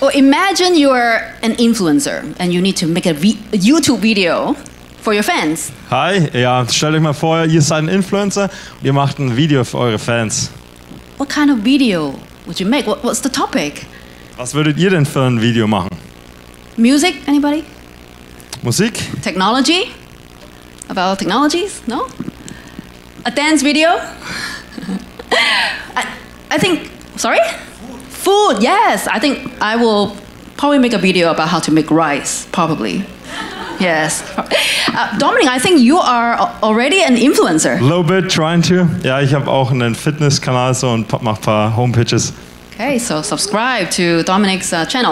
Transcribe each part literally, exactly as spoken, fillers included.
Well, imagine you're an influencer and you need to make a, vi- a YouTube video for your fans. Hi, ja, stellt euch mal vor, ihr seid ein Influencer und ihr macht ein Video für eure Fans. What kind of video would you make? What, what's the topic? Was würdet ihr denn für ein Video machen? Music? Anybody? Musik? Technology? About technologies? No? A dance video? I, I think, sorry? Food. Food, yes. I think I will probably make a video about how to make rice, probably. Yes. Uh, Dominic, I think you are already an influencer. A little bit, trying to. Ja, ich habe auch einen Fitnesskanal so und mache ein paar Homepages. Okay, so subscribe to Dominic's uh, channel.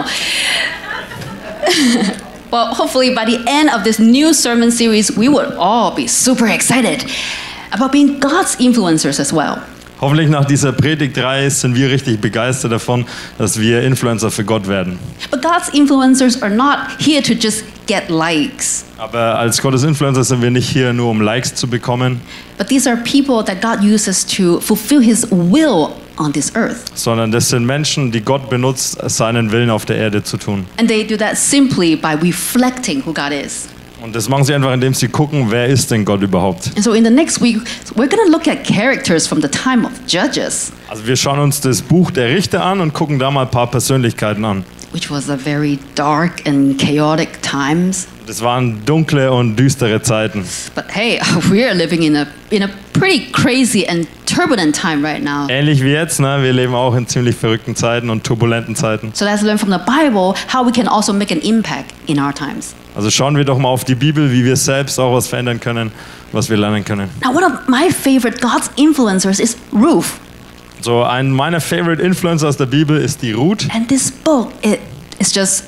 Well, hopefully by the end of this new sermon series, we would all be super excited about being God's influencers as well. Hoffentlich nach dieser Predigtreihe sind wir richtig begeistert davon, dass wir Influencer für Gott werden. But God's influencers are not here to just get likes. Aber als Gottes Influencer sind wir nicht hier nur, um Likes zu bekommen, But these are people that God uses to fulfill His will on this earth. sondern das sind Menschen, die Gott benutzt, seinen Willen auf der Erde zu tun. And they do that simply by reflecting who God is. Und das machen sie einfach, indem sie gucken, wer ist denn Gott überhaupt. And so in the next week, we're going to look at characters from the time of Judges, Also wir schauen uns das Buch der Richter an und gucken da mal ein paar Persönlichkeiten an. which was a very dark and chaotic times. Das waren dunkle und düstere Zeiten. But hey, we're living in a in a pretty crazy and turbulent time right now. Ähnlich wie jetzt, ne? Wir leben auch in ziemlich verrückten Zeiten und turbulenten Zeiten. So let's learn from the Bible how we can also make an impact in our times. Also schauen wir doch mal auf die Bibel, wie wir selbst auch was verändern können, was wir lernen können. Now, one of my favorite God's influencers is Ruth. So ein meiner favorite Influencer aus der Bibel ist die Ruth. And this book, it is just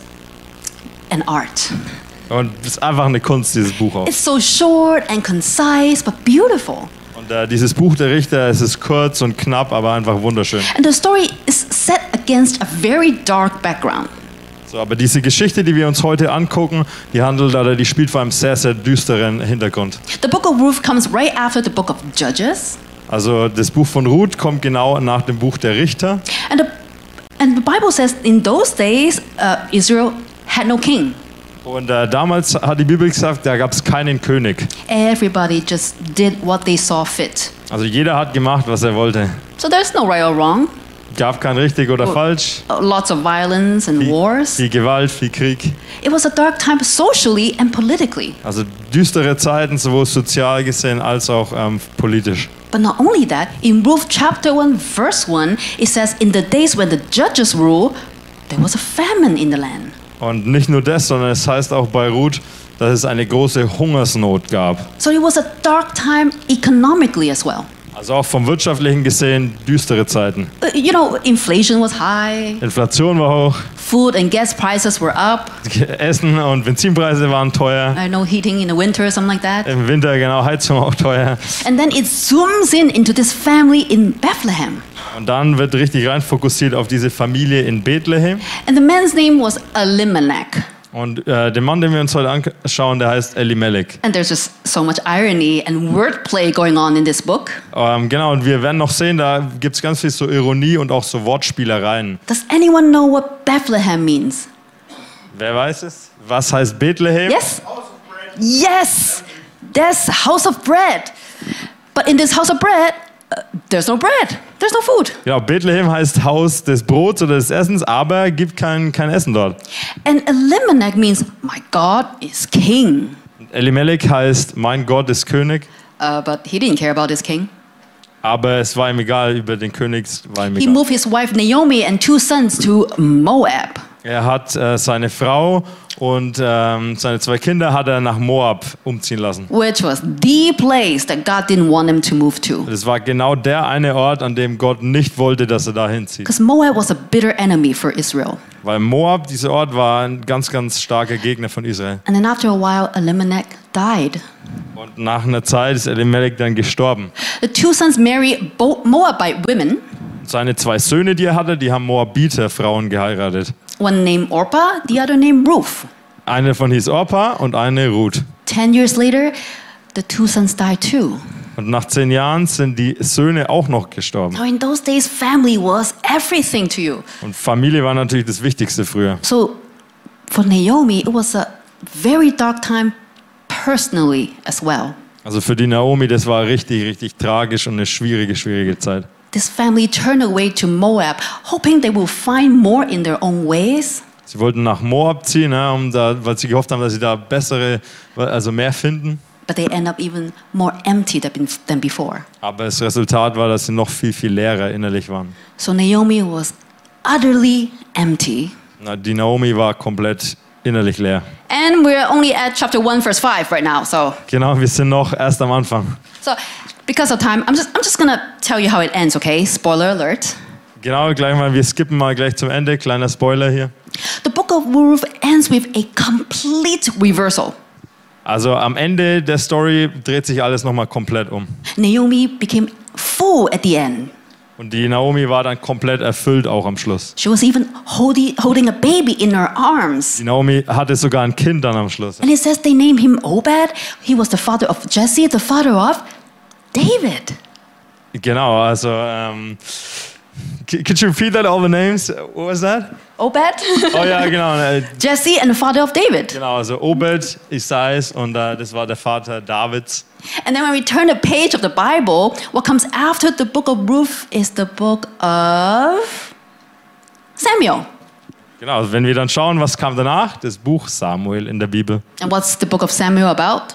an art. Und es ist einfach eine Kunst, dieses Buch auch. It's so short and concise, but beautiful. Und äh, dieses Buch der Richter, es ist kurz und knapp, aber einfach wunderschön. And the story is set against a very dark background. So, aber diese Geschichte, die wir uns heute angucken, die handelt oder die spielt vor einem sehr, sehr düsteren Hintergrund. The book of Ruth comes right after the book of Judges. Also das Buch von Ruth kommt genau nach dem Buch der Richter. And the, and the Bible says in those days, uh, Israel had no king. Und äh, damals hat die Bibel gesagt, da gab es keinen König. Everybody just did what they saw fit. Also jeder hat gemacht, was er wollte. So there's no right or wrong. Gab kein richtig oder Oh. falsch. Uh, lots of violence and Viel, wars. viel Gewalt, viel Krieg. It was a dark time socially and politically. Also düstere Zeiten, sowohl sozial gesehen als auch ähm, politisch. But not only that, in Ruth chapter one, verse one, it says, in the days when the judges ruled, there was a famine in the land. Und nicht nur das, sondern es heißt auch bei Ruth, dass es eine große Hungersnot gab. So it was a dark time economically as well. Also auch vom wirtschaftlichen gesehen düstere Zeiten. Uh, You know, inflation was high, Inflation war hoch, food and gas prices were up. Essen und Benzinpreise waren teuer. I know heating in the winter, something like that. Im Winter genau Heizung auch teuer. And then it zooms in into this family in Bethlehem. Und dann wird richtig rein fokussiert auf diese Familie in Bethlehem. And the man's name was Elimelech. Und äh, der Mann, den wir uns heute anschauen, der heißt Elimelech. And there's just so much irony and wordplay going on in this book. Ähm, genau, und wir werden noch sehen, da gibt es ganz viel so Ironie und auch so Wortspielereien. Does anyone know what Bethlehem means? Wer weiß es? Was heißt Bethlehem? Yes? Yes! That's house of bread. But in this house of bread, uh, there's no bread. There's no food. Genau, Bethlehem heißt Haus des Brots oder des Essens, aber gibt kein, kein Essen dort. And Elimelech means, my God is king. Elimelech heißt, mein Gott ist König, Uh, but he didn't care about his king. aber es war ihm egal, über den König war ihm He egal. moved his wife Naomi and two sons to Moab. Er hat äh, seine Frau und ähm, seine zwei Kinder hat er nach Moab umziehen lassen. Which was the place that God didn't want him to move to. Das war genau der eine Ort, an dem Gott nicht wollte, dass er da hinzieht. Because Moab was a bitter enemy for Israel. Weil Moab, dieser Ort, war ein ganz, ganz starker Gegner von Israel. And then after a while, Elimelech died. Und nach einer Zeit ist Elimelech dann gestorben. The two sons married both Moabite women, Seine zwei Söhne, die er hatte, die haben Moabiter Frauen geheiratet. one named Orpah, the other named Ruth. Eine von hieß Orpa und eine Ruth. Ten years later, the two sons died too. Und nach zehn Jahren sind die Söhne auch noch gestorben. So in those days, family was everything to you. Und Familie war natürlich das Wichtigste früher. So for Naomi, it was a very dark time personally as well. Also für die Naomi, das war richtig, richtig tragisch und eine schwierige, schwierige Zeit. This family turned away to Moab, hoping they will find more in their own ways. Sie wollten nach Moab ziehen, ja, um da, weil sie gehofft haben, dass sie da bessere, also mehr finden. But they end up even more empty than than before. Aber das Resultat war, dass sie noch viel, viel leerer innerlich waren. So Naomi was utterly empty. Na, die Naomi war komplett innerlich leer. And we're only at chapter one, verse five right now. So, Genau, wir sind noch erst am Anfang. so because of time, I'm just I'm just gonna tell you how it ends. Okay, spoiler alert. Genau, gleich mal, wir skippen mal gleich zum Ende. Kleiner Spoiler hier. The book of Ruth ends with a complete reversal. Also am Ende der Story dreht sich alles nochmal komplett um. Naomi became full at the end. Und die Naomi war dann komplett erfüllt auch am Schluss. She was even holding holding a baby in her arms. Die Naomi hatte sogar ein Kind dann am Schluss. And it says they named him Obed. He was the father of Jesse, the father of David. Genau, also um, could you repeat that, all the names? What was that? Obed, Oh ja, genau. äh, Jesse, and the father of David. Genau, also Obed, Isais und äh, das war der Vater Davids. And then when we turn the page of the Bible, what comes after the book of Ruth is the book of Samuel. Genau, also wenn wir dann schauen, was kam danach? Das Buch Samuel in der Bibel. And what's the book of Samuel about?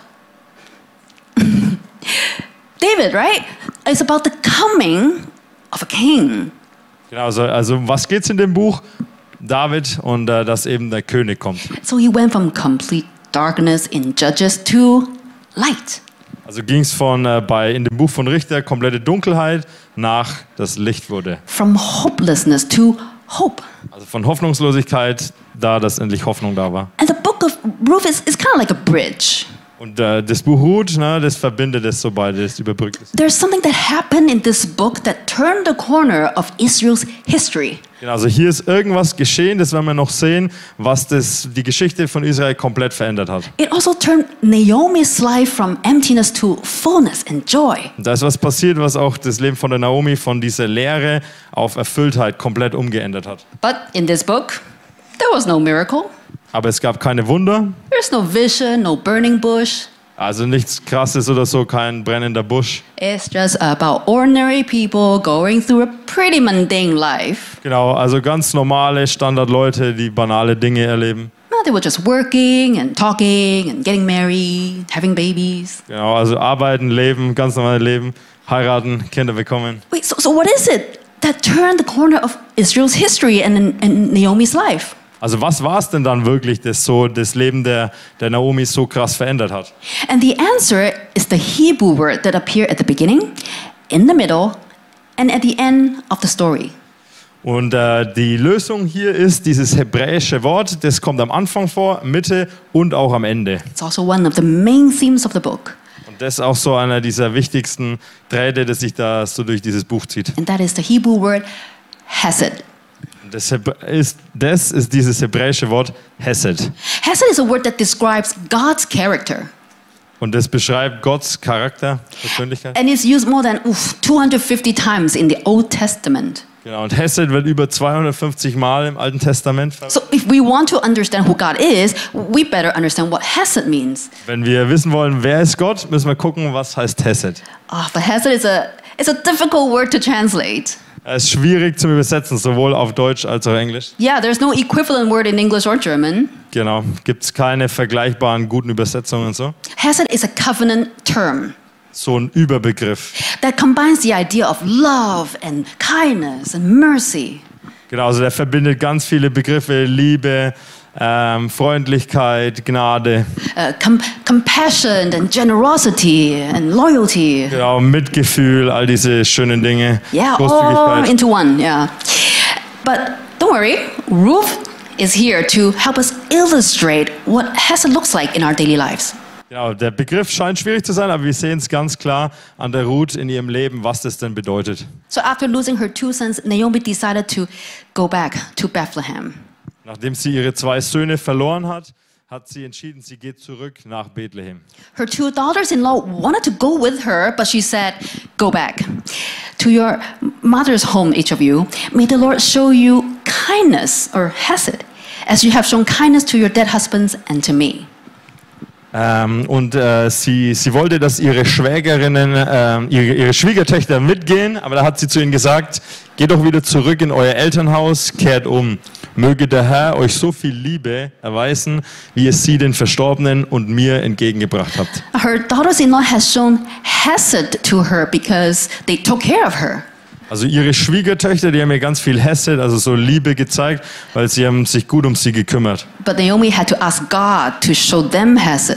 David, right? It's about the coming of a king. Genau, also, also was geht's in dem Buch? David und äh, dass eben der König kommt. So he went from complete darkness in Judges to light. Also ging es von äh, bei in dem Buch von Richter komplette Dunkelheit nach das Licht wurde. From hopelessness to hope. Also von Hoffnungslosigkeit da, dass endlich Hoffnung da war. And the book of Ruth is, is kind of like a bridge. Und äh, das Buch Ruth, ne, das verbindet es so beide, das überbrückt es. There's something that happened in this book that turned the corner of Israel's history. Genau, also hier ist irgendwas geschehen, das werden wir noch sehen, was das, die Geschichte von Israel komplett verändert hat. It also turned Naomi's life from emptiness to fullness and joy. Und da ist was passiert, was auch das Leben von der Naomi von dieser Leere auf Erfülltheit komplett umgeändert hat. But in this book, there was no miracle. Aber es gab keine Wunder, There's no vision, no burning bush. also nichts Krasses oder so, kein brennender Busch. It's just about ordinary people going through a pretty mundane life. Genau, also ganz normale Standardleute, die banale Dinge erleben. Well, they were just working and talking and getting married, having babies. Genau, also arbeiten, leben, ganz normales Leben, heiraten, Kinder bekommen. Wait, so, so what is it that turned the corner of Israel's history and, and Naomi's life? Also was war es denn dann wirklich, das so das Leben der, der Naomi so krass verändert hat? And the answer is the Hebrew word that appeared at the beginning, in the middle, and at the end of the story. Und äh, die Lösung hier ist dieses hebräische Wort, das kommt am Anfang vor, Mitte und auch am Ende. It's also one of the main themes of the book, Und das ist auch so einer dieser wichtigsten Drähte, das sich da so durch dieses Buch zieht. and that is the Hebrew word hesed. Und das ist, das ist dieses hebräische Wort Hesed. Hesed is a word that describes God's character, Und das beschreibt Gottes Charakter, Persönlichkeit. and it's used more than oof, two hundred fifty times in the Old Testament. Genau, und Hesed wird über zweihundertfünfzig Mal im Alten Testament verwendet. So if we want to understand who God is, we better understand what hesed means. Wenn wir wissen wollen, wer ist Gott, müssen wir gucken, was heißt Hesed. Oh, but hesed is a, it's a difficult word to translate. Es ist schwierig zum Übersetzen, sowohl auf Deutsch als auch Englisch. Yeah, there's no equivalent word in English or German. Genau, gibt es keine vergleichbaren guten Übersetzungen und so. Hesed is a covenant term So ein Überbegriff. that combines the idea of love and kindness and mercy. Genau, also der verbindet ganz viele Begriffe, Liebe, ähm, Freundlichkeit, Gnade, Uh, com- compassion and generosity and loyalty. genau, Mitgefühl, all diese schönen Dinge, Yeah, all Großzügigkeit. into one, yeah. But don't worry, Ruth is here to help us illustrate what hesed looks like in our daily lives. Genau, der Begriff scheint schwierig zu sein, aber wir sehen es ganz klar an der Ruth in ihrem Leben, was das denn bedeutet. So after losing her two sons, Naomi decided to go back to Bethlehem. Nachdem sie ihre zwei Söhne verloren hat, hat sie entschieden, sie geht zurück nach Bethlehem. Her two daughters-in-law wanted to go with her, but she said, "Go back to your mother's home, each of you. May the Lord show you kindness," or hesed, "as you have shown kindness to your dead husbands and to me." Ähm, und äh, sie, sie wollte, dass ihre Schwägerinnen, äh, ihre, ihre Schwiegertöchter mitgehen, aber da hat sie zu ihnen gesagt, geht doch wieder zurück in euer Elternhaus, kehrt um. Möge der Herr euch so viel Liebe erweisen, wie es sie den Verstorbenen und mir entgegengebracht habt. Her daughters-in-law has shown hesed to her because they took care of her. Also ihre Schwiegertöchter, die haben ihr ganz viel Hesed, also so Liebe gezeigt, weil sie haben sich gut um sie gekümmert. But Naomi had to ask God to show them hesed.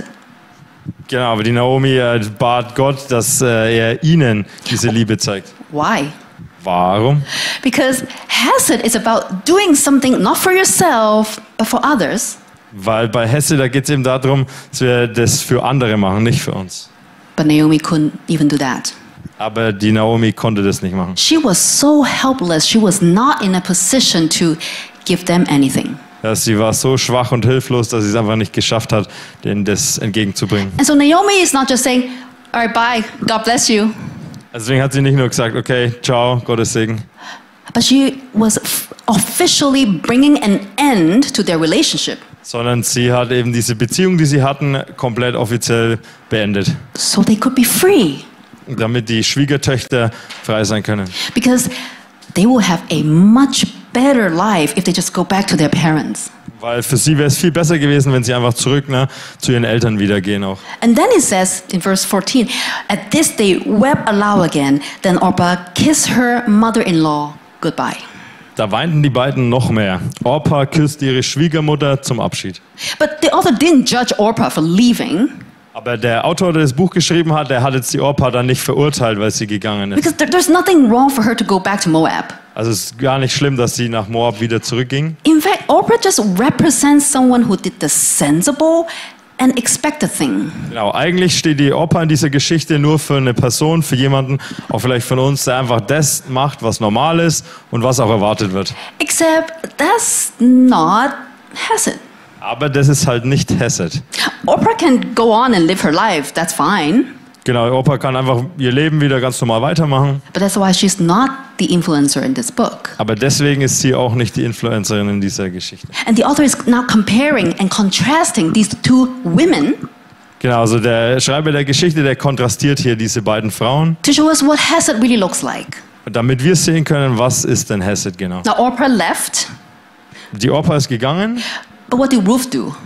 Genau, aber die Naomi äh, bat Gott, dass äh, er ihnen diese Liebe zeigt. Why? Warum? Because hesed is about doing something not for yourself, but for others. Weil bei Hesed, da geht es eben darum, dass wir das für andere machen, nicht für uns. But Naomi couldn't even do that. Aber die Naomi konnte das nicht machen. She was so helpless. She was not in a position to give them anything. Ja, sie war so schwach und hilflos, dass sie es einfach nicht geschafft hat, denen das entgegenzubringen. And so Naomi is not just saying, "All right, bye. God bless you." Deswegen hat sie nicht nur gesagt, okay, ciao, Gottes Segen. But she was f- officially bringing an end to their relationship. Sondern sie hat eben diese Beziehung, die sie hatten, komplett offiziell beendet. So they could be free. Damit die Schwiegertöchter frei sein können. Because they will have a much better life if they just go back to their parents. Weil für sie wäre es viel besser gewesen, wenn sie einfach zurück ne, zu ihren Eltern wieder gehen auch. And then it says in verse fourteen, at this they wept aloud again. Then Orpah kissed her mother-in-law goodbye. Da weinten die beiden noch mehr. Orpah küsste ihre Schwiegermutter zum Abschied. But the author didn't judge Orpah for leaving. Aber der Autor, der das Buch geschrieben hat, der hat jetzt die Orpah dann nicht verurteilt, weil sie gegangen ist. Because there, there's nothing wrong for her to go back to Moab. Also es ist gar nicht schlimm, dass sie nach Moab wieder zurückging. In fact, Orpah just represents someone who did the sensible and expected thing. Genau, eigentlich steht die Orpah in dieser Geschichte nur für eine Person, für jemanden, auch vielleicht von uns, der einfach das macht, was normal ist und was auch erwartet wird. Except that's not hesed. Aber das ist halt nicht Hesed. Orpah can go on and live her life, that's fine. Genau, Orpah kann einfach ihr Leben wieder ganz normal weitermachen. But that's why she's not the influencer in this book. Aber deswegen ist sie auch nicht die Influencerin in dieser Geschichte. And the author is now comparing and contrasting these two women Genau, also der Schreiber der Geschichte, der kontrastiert hier diese beiden Frauen, to show us what hesed really looks like. damit wir sehen können, was ist denn Hesed genau. Now Orpah left, Die Orpah ist gegangen, but what did Ruth do?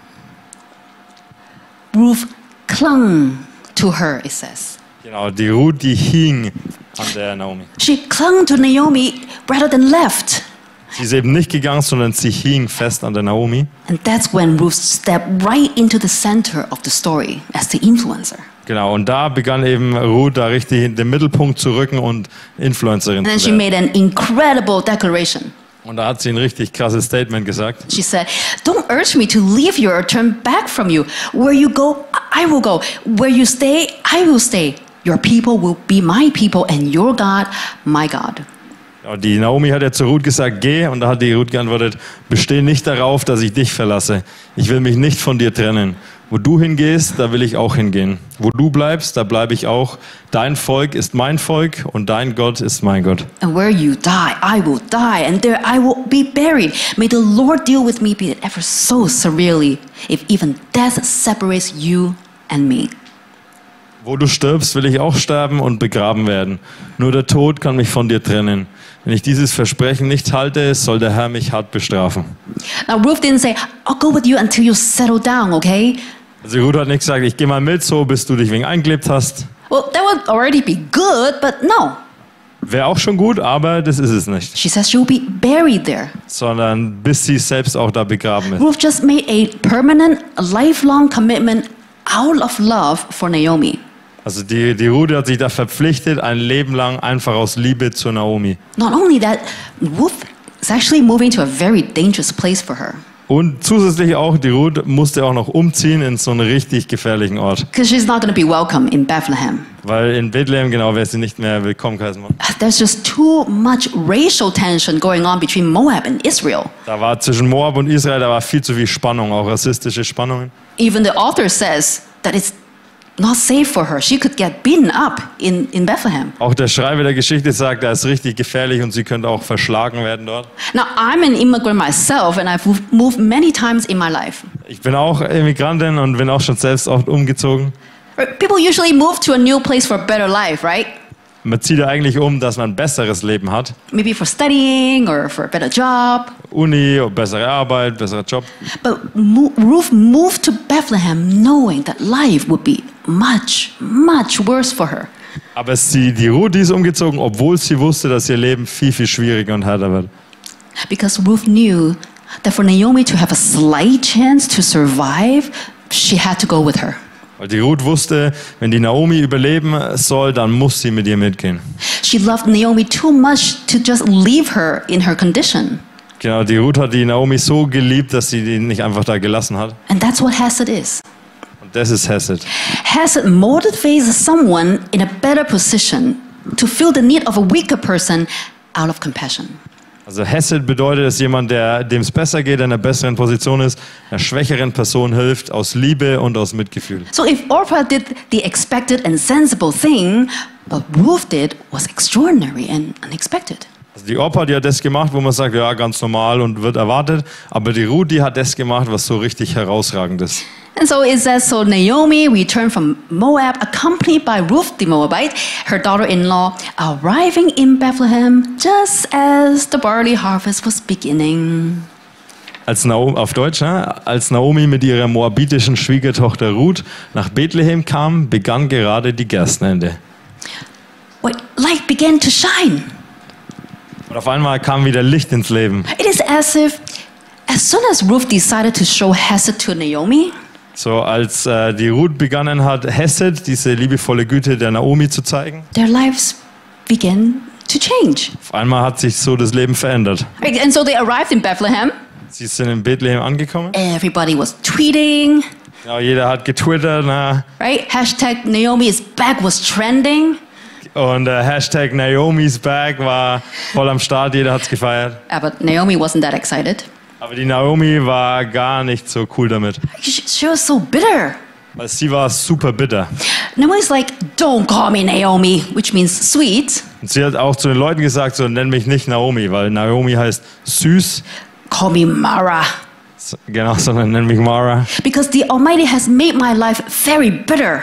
Ruth clung to her, it says. genau, die Ruth, die hing an der Naomi. She clung to Naomi rather than left. Sie ist eben nicht gegangen, sondern sie hing fest an der Naomi. And that's when Ruth stepped right into the center of the story as the influencer. Genau, und da begann eben Ruth da richtig in den Mittelpunkt zu rücken und Influencerin And then zu she werden. made an incredible declaration. Und da hat sie ein richtig krasses Statement gesagt. She said, "Don't urge me to leave you or turn back from you. Where you go, I will go. Where you stay, I will stay. Your people will be my people and your God, my God." Ja, die Naomi hat ja zu Ruth gesagt, geh. Und da hat die Ruth geantwortet, besteh nicht darauf, dass ich dich verlasse. Ich will mich nicht von dir trennen. Wo du hingehst, da will ich auch hingehen. Wo du bleibst, da bleibe ich auch. Dein Volk ist mein Volk und dein Gott ist mein Gott. And where you die, I will die, and there I will be buried. May the Lord deal with me, be it ever so severely, if even death separates you and me. Wo du stirbst, will ich auch sterben und begraben werden. Nur der Tod kann mich von dir trennen. Wenn ich dieses Versprechen nicht halte, soll der Herr mich hart bestrafen. Now Ruth didn't say, "I'll go with you until you settle down, okay?" Also Ruth hat nicht gesagt, ich gehe mal mit, so bis du dich wegen eingelebt hast. Well, that would already be good, but no. Wäre auch schon gut, aber das ist es nicht. She says she will be buried there. Sondern bis sie selbst auch da begraben ist. Ruth just made a permanent, a lifelong commitment out of love for Naomi. Also die, die Ruth hat sich da verpflichtet, ein Leben lang einfach aus Liebe zur Naomi. Not only that, Ruth is actually moving to a very dangerous place for her. Und zusätzlich auch, die Ruth musste auch noch umziehen in so einen richtig gefährlichen Ort. Because she's not going to be welcome in Bethlehem. Weil in Bethlehem, genau, wäre sie nicht mehr willkommen geheißen worden. There's just too much racial tension going on between Moab and Israel. Da war zwischen Moab und Israel, da war viel zu viel Spannung, auch rassistische Spannungen. Even the author says that it's not safe for her. She could get beaten up in, in Bethlehem. Auch der Schreiber der Geschichte sagt, da ist richtig gefährlich und sie könnte auch verschlagen werden dort. Now, I'm an immigrant myself and I've moved many times in my life. Ich bin auch Immigrantin und bin auch schon selbst oft umgezogen. People usually move to a new place for a better life, right? Man zieht ja eigentlich um, dass man ein besseres Leben hat. Maybe for studying or for a better job. Uni, bessere Arbeit, besserer Job. But Mo- Ruth moved to Bethlehem knowing that life would be much, much worse for her. Aber sie, die Ruth, die ist umgezogen, obwohl sie wusste, dass ihr Leben viel, viel schwieriger und härter wird. Because Ruth knew that for Naomi to have a slight chance to survive, she had to go with her. Weil die Ruth wusste, wenn die Naomi überleben soll, dann muss sie mit ihr mitgehen. She loved Naomi too much to just leave her in her condition. Genau, die Ruth hat die Naomi so geliebt, dass sie die nicht einfach da gelassen hat. And that's what Hesed is. Und das ist Hesed. Hesed motivates someone in a better position to feel the need of a weaker person out of compassion. Also Hesed bedeutet, dass jemand, der dem es besser geht, in einer besseren Position ist, einer schwächeren Person hilft, aus Liebe und aus Mitgefühl. So if Orpah did the expected and sensible thing, what Ruth did was extraordinary and unexpected. Also die Orpah, die hat das gemacht, wo man sagt, ja, ganz normal und wird erwartet. Aber die Ruth, die hat das gemacht, was so richtig herausragend ist. And so it says, so Naomi returned from Moab, accompanied by Ruth the Moabite, her daughter-in-law, arriving in Bethlehem just as the barley harvest was beginning. Als Naomi, auf Deutsch, ja, als Naomi mit ihrer moabitischen Schwiegertochter Ruth nach Bethlehem kam, begann gerade die Gerstenernte. Wait, light began to shine. Und auf einmal kam wieder Licht ins Leben. It is as if, as soon as Ruth decided to show Hesed to Naomi, So als äh, die Ruth begonnen hat, Hesed, diese liebevolle Güte der Naomi zu zeigen, their lives began to change. auf einmal hat sich so das Leben verändert. Right, and so they arrived in Bethlehem. Sie sind in Bethlehem angekommen. Everybody was tweeting, Ja, jeder hat getwittert, na, right? Hashtag Naomi is back was trending. und äh, Hashtag Naomi's Back war voll am Start, jeder hat's gefeiert. Uh, but Naomi wasn't that excited. Aber die Naomi war gar nicht so cool damit, She, she was so bitter. weil sie war super bitter. Naomi's like, don't call me Naomi, which means sweet. Und sie hat auch zu den Leuten gesagt, so nenn mich nicht Naomi, weil Naomi heißt süß. Call me Mara. So, genau, sondern nenn mich Mara. Because the Almighty has made my life very bitter.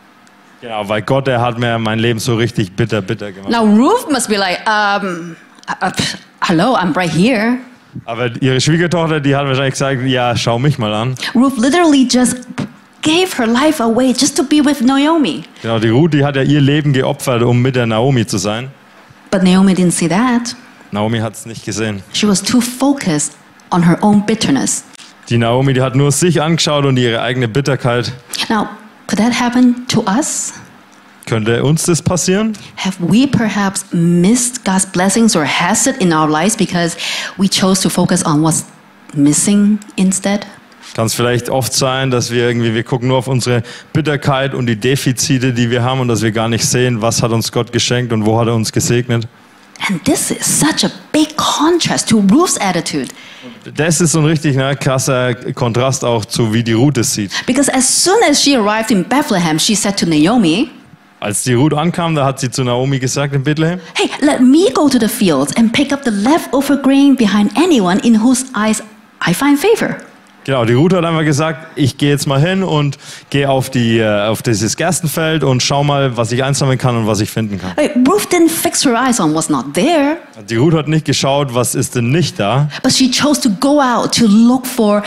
Genau, weil Gott, der hat mir mein Leben so richtig bitter, bitter gemacht. Now Ruth must be like, um, uh, uh, hello, I'm right here. Aber ihre Schwiegertochter, die hat wahrscheinlich gesagt, ja, schau mich mal an. Ruth literally just gave her life away just to be with Naomi. Genau, die Ruth, die hat ja ihr Leben geopfert, um mit der Naomi zu sein. But Naomi didn't see that. Naomi hat es nicht gesehen. She was too focused on her own bitterness. Die Naomi, die hat nur sich angeschaut und ihre eigene Bitterkeit. Now, could that happen to us? Könnte uns das passieren? Have we perhaps missed God's blessings or hesed in our lives because we chose to focus on what's missing instead? Kann es vielleicht oft sein, dass wir irgendwie, wir gucken nur auf unsere Bitterkeit und die Defizite, die wir haben und dass wir gar nicht sehen, was hat uns Gott geschenkt und wo hat er uns gesegnet. And this is such a big contrast to Ruth's attitude. Das ist so ein richtig ne, krasser Kontrast auch zu, wie die Ruth es sieht. Because as soon as she arrived in Bethlehem, she said to Naomi, Als die Ruth ankam, da hat sie zu Naomi gesagt in Bethlehem, hey, let me go to the fields and pick up the leftover grain behind anyone in whose eyes I find favor. genau, die Ruth hat einfach gesagt, ich gehe jetzt mal hin und gehe auf, die, äh, auf dieses Gerstenfeld und schau mal, was ich einsammeln kann und was ich finden kann. Right, Ruth didn't fix her eyes on what's not there, Die Ruth hat nicht geschaut, was ist denn nicht da, but she chose to go out to look for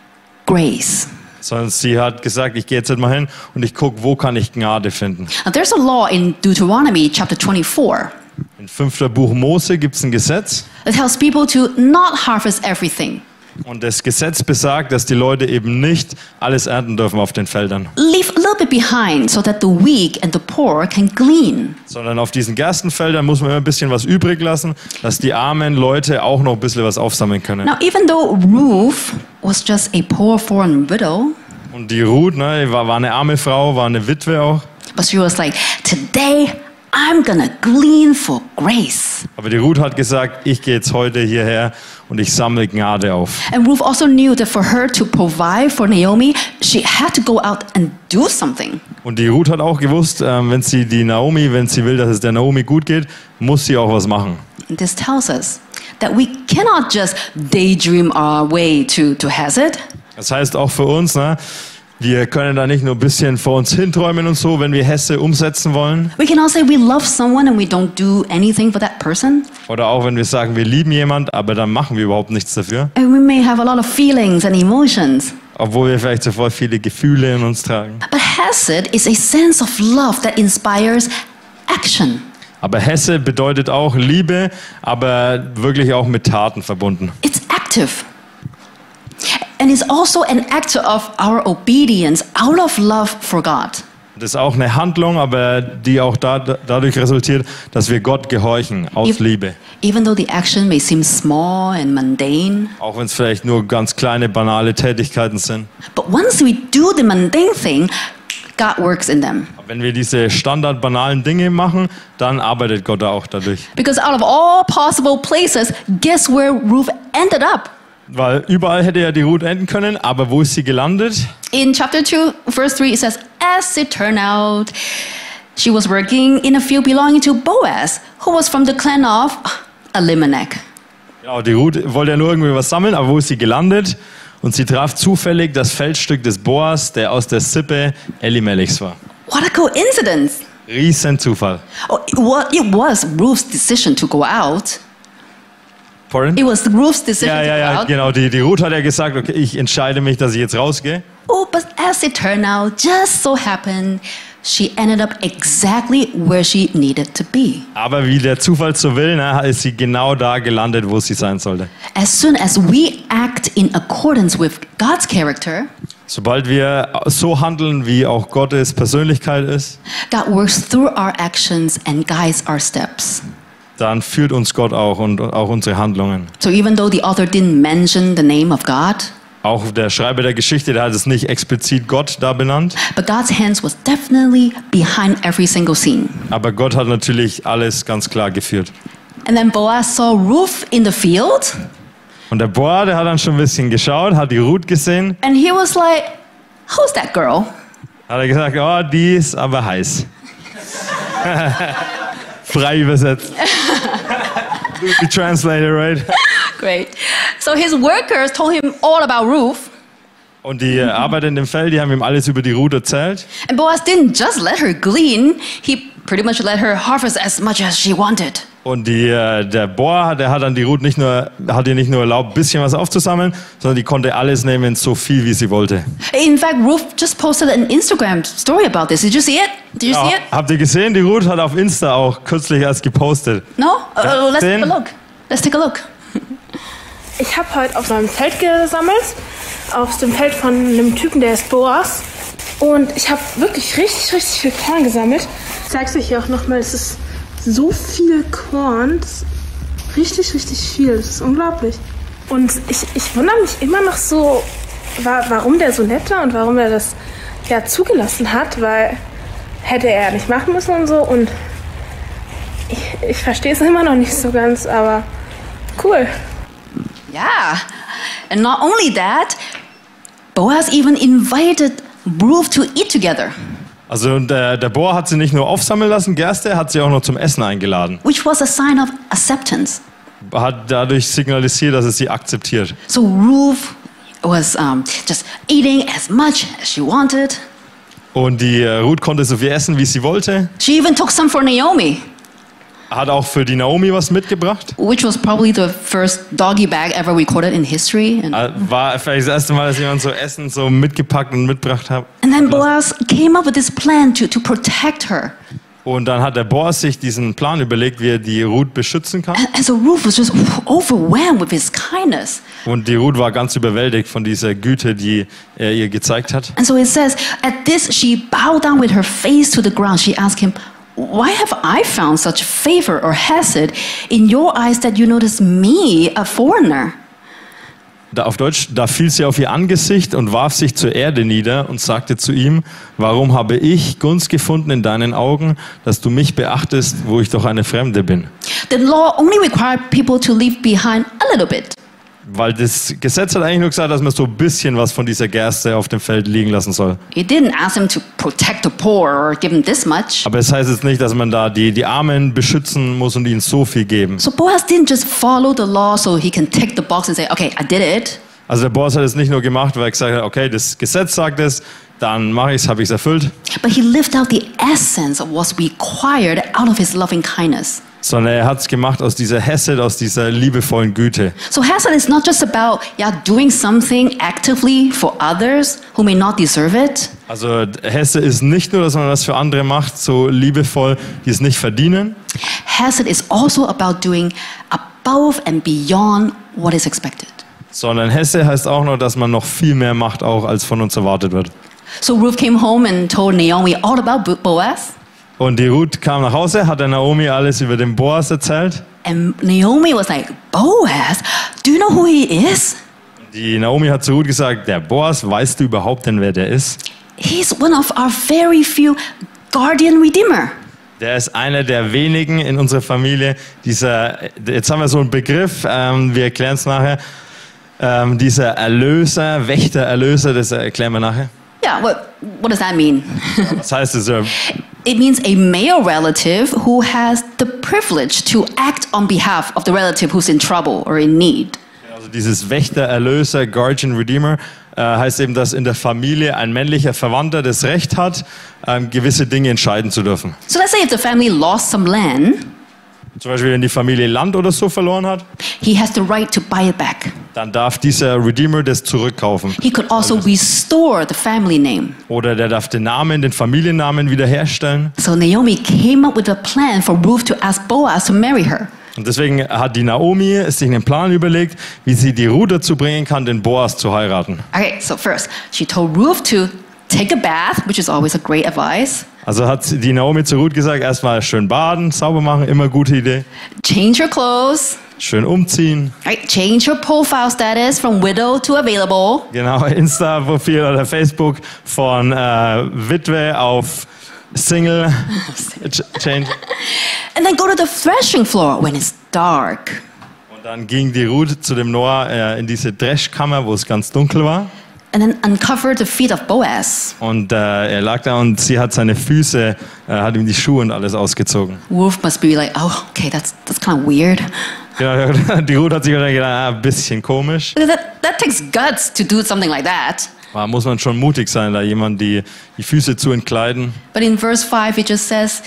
grace. sondern sie hat gesagt, ich gehe jetzt mal hin und ich gucke, wo kann ich Gnade finden. Now, there's a law in Deuteronomy chapter twenty-four In fünfter Buch Mose gibt es ein Gesetz, that tells people to not harvest everything. Und das Gesetz besagt, dass die Leute eben nicht alles ernten dürfen auf den Feldern. Leave a little bit behind so that the weak and the poor can glean. Sondern auf diesen Gerstenfeldern muss man immer ein bisschen was übrig lassen, dass die armen Leute auch noch ein bisschen was aufsammeln können. Now, even though Ruth was just a poor foreign widow, Und die Ruth, ne, war, war eine arme Frau, war eine Witwe auch. but she was like, today I'm gonna glean for grace. Aber die Ruth hat gesagt, ich gehe jetzt heute hierher und ich sammle Gnade auf. And Ruth also knew that for her to provide for Naomi, she had to go out and do something. Und die Ruth hat auch gewusst, ähm, wenn sie die Naomi, wenn sie will, dass es der Naomi gut geht, muss sie auch was machen. And this tells us that we cannot just daydream our way to, to Hesed. Das heißt auch für uns, ne, wir können da nicht nur ein bisschen vor uns hinträumen und so, wenn wir Hesse umsetzen wollen. We can also say we love someone and we don't do anything for that person. Oder auch wenn wir sagen, wir lieben jemand, aber dann machen wir überhaupt nichts dafür. And we may have a lot of feelings and emotions. Obwohl wir vielleicht so voll viele Gefühle in uns tragen. But Hesed is a sense of love that inspires action. Aber Hesse bedeutet auch Liebe, aber wirklich auch mit Taten verbunden. It's active. And it's also an act of our obedience out of love for God. Das ist auch eine Handlung, aber die auch da, dadurch resultiert, dass wir Gott gehorchen, aus If- Liebe. Even though the action may seem small and mundane, Auch wenn es vielleicht nur ganz kleine, banale Tätigkeiten sind. but once we do the mundane thing, God works in them. Wenn wir diese standardbanalen Dinge machen, dann arbeitet Gott da auch dadurch. Because out of all possible places, guess where Ruth ended up? Weil überall hätte ja die Ruth enden können, aber wo ist sie gelandet? In chapter two, verse three, it says, as it turned out, she was working in a field belonging to Boaz, who was from the clan of Elimelech. Ja, die Ruth wollte ja nur irgendwie was sammeln, aber wo ist sie gelandet? Und sie traf zufällig das Feldstück des Boas, der aus der Sippe Elimelechs war. What a coincidence! Riesen Zufall. Oh, it wa- it was Ruth's decision to go out. Pardon? It was Ruth's decision Ja, ja, to go ja, out. genau. Die, die Ruth hat ja gesagt, okay, ich entscheide mich, dass ich jetzt rausgehe. Oh, but as it turned out, just so happened, she ended up exactly where she needed to be. Aber wie der Zufall so will, ne, ist sie genau da gelandet, wo sie sein sollte. As soon as we act in accordance with God's character, Sobald wir so handeln, wie auch Gottes Persönlichkeit ist, God works through our actions and guides our steps. dann führt uns Gott auch und auch unsere Handlungen. So even though the author didn't mention the name of God, Auch der Schreiber der Geschichte, der hat es nicht explizit Gott da benannt, but God's hands was definitely behind every single scene. aber Gott hat natürlich alles ganz klar geführt. And then Boaz saw Ruth in the field, Und der Boa, der hat dann schon ein bisschen geschaut, hat die Ruth gesehen, and he was like, who's that girl? hat er gesagt, oh, die ist aber heiß. Frei übersetzt. The translator, right? Great. So his workers told him all about Ruth, Und die Arbeiter in dem Feld, die haben ihm alles über die Ruth erzählt. and Boaz didn't just let her glean, he pretty much let her harvest as much as she wanted. Und die, äh, der Boa, der hat dann die Ruth nicht nur, hat ihr nicht nur erlaubt, ein bisschen was aufzusammeln, sondern die konnte alles nehmen, so viel wie sie wollte. In fact, Ruth just posted an Instagram story about this. Did you see it? Did you Ja, see it? habt ihr gesehen? Die Ruth hat auf Insta auch kürzlich erst gepostet. No? Uh, Ja, let's take sehen. a look. Let's take a look. Ich habe heute auf meinem Feld gesammelt, auf dem Feld von einem Typen, der ist Boas. Und ich habe wirklich richtig, richtig viel Korn gesammelt. Ich zeige es euch hier auch nochmal, es ist so viel Korn. Das ist richtig, richtig viel, das ist unglaublich. Und ich, ich wundere mich immer noch so, wa- warum der so nett war und warum er das ja zugelassen hat, weil hätte er ja nicht machen müssen und so. Und ich, ich verstehe es immer noch nicht so ganz, aber cool. Yeah. And not only that, Boaz even invited Ruth to eat together, Also der, der Boa hat sie nicht nur aufsammeln lassen, Gerste, hat sie auch noch zum Essen eingeladen. which was a sign of acceptance. Hat dadurch signalisiert, dass es sie akzeptiert. So Ruth was um, just eating as much as she wanted. Und die äh, Ruth konnte so viel essen, wie sie wollte. She even took some for Naomi, Hat auch für die Naomi was mitgebracht. which was probably the first doggy bag ever recorded in history. And, Äh, War vielleicht das erste Mal, dass jemand so Essen so mitgepackt und mitgebracht hat. and then Boaz came up with this plan to, to protect her. Und dann hat der Boas sich diesen Plan überlegt, wie er die Ruth beschützen kann. And, and so Ruth was just overwhelmed with his kindness. Und die Ruth war ganz überwältigt von dieser Güte, die er ihr gezeigt hat. And so it says, at this she bowed down with her face to the ground. She asked him, why have I found such favor or hesed in your eyes that you notice me, a foreigner? Da auf Deutsch, da fiel sie auf ihr Angesicht und warf sich zur Erde nieder und sagte zu ihm, warum habe ich Gunst gefunden in deinen Augen, dass du mich beachtest, wo ich doch eine Fremde bin? The law only required people to leave behind a little bit. Weil das Gesetz hat eigentlich nur gesagt, dass man so ein bisschen was von dieser Gerste auf dem Feld liegen lassen soll. It didn't ask him to protect the poor or give him this much. Aber es heißt jetzt nicht, dass man da die, die Armen beschützen muss und ihnen so viel geben. So Boaz didn't just follow the law so he can tick the box and say, okay, I did it. Also der Boas hat es nicht nur gemacht, weil er gesagt hat, okay, das Gesetz sagt es, dann mache ich es, habe ich es erfüllt. But he lived out the essence of what's required out of his loving kindness. Sondern er hat es gemacht aus dieser Hesed, aus dieser liebevollen Güte. So hesed is not just about yeah, doing something actively for others who may not deserve it. Also Hesed ist nicht nur, dass man das für andere macht, so liebevoll, die es nicht verdienen. Hesed is also about doing above and beyond what is expected. Sondern Hesed heißt auch noch, dass man noch viel mehr macht, auch als von uns erwartet wird. So Ruth came home and told Naomi all about Boaz. Und die Ruth kam nach Hause, hat der Naomi alles über den Boas erzählt. And Naomi was like, Boaz? Do you know who he is? Die Naomi hat zu Ruth gesagt, der Boas, weißt du überhaupt denn, wer der ist? He's one of our very few guardian redeemer. Der ist einer der wenigen in unserer Familie. Dieser, jetzt haben wir so einen Begriff, ähm, wir erklären es nachher. Ähm, dieser Erlöser, Wächter-Erlöser, das erklären wir nachher. Yeah, what, what does that mean? Was heißt das? äh, It means a male relative who has the privilege to act on behalf of the relative who's in trouble or in need. Also dieses Wächter, Erlöser, Guardian, Redeemer äh, heißt eben, dass in der Familie ein männlicher Verwandter das Recht hat, ähm, gewisse Dinge entscheiden zu dürfen. So let's say if the family lost some land, Zum Beispiel, wenn die Familie Land oder so verloren hat, he has the right to buy it back. dann darf dieser Redeemer das zurückkaufen. He could also restore the family name. Oder der darf den Namen, den Familiennamen wiederherstellen. So Naomi came up with a plan for Ruth to ask Boaz to marry her. Und deswegen hat die Naomi sich einen Plan überlegt, wie sie die Ruth dazu bringen kann, den Boas zu heiraten. Okay, so first, she told Ruth to take a bath, which is always a great advice. Also hat die Naomi zu Ruth gesagt, erstmal schön baden, sauber machen, immer gute Idee. Change your clothes. Schön umziehen. Right, change your profile status from widow to available. Genau, Insta-Profil oder Facebook von äh, Witwe auf Single. Change. And then go to the threshing floor when it's dark. Und dann ging die Ruth zu dem Noah äh, in diese Dreschkammer, wo es ganz dunkel war. And then uncover the feet of Boaz. Und äh, er lag da und sie hat seine Füße, äh, hat ihm die Schuhe und alles ausgezogen. Ruth must be like, oh, okay, that's that's kind of weird. Genau, die Ruth hat sich gedacht, ah, ein bisschen komisch. That, that takes guts to do something like that. Da muss man schon mutig sein, da jemand die, die Füße zu entkleiden. But in verse five, it just says,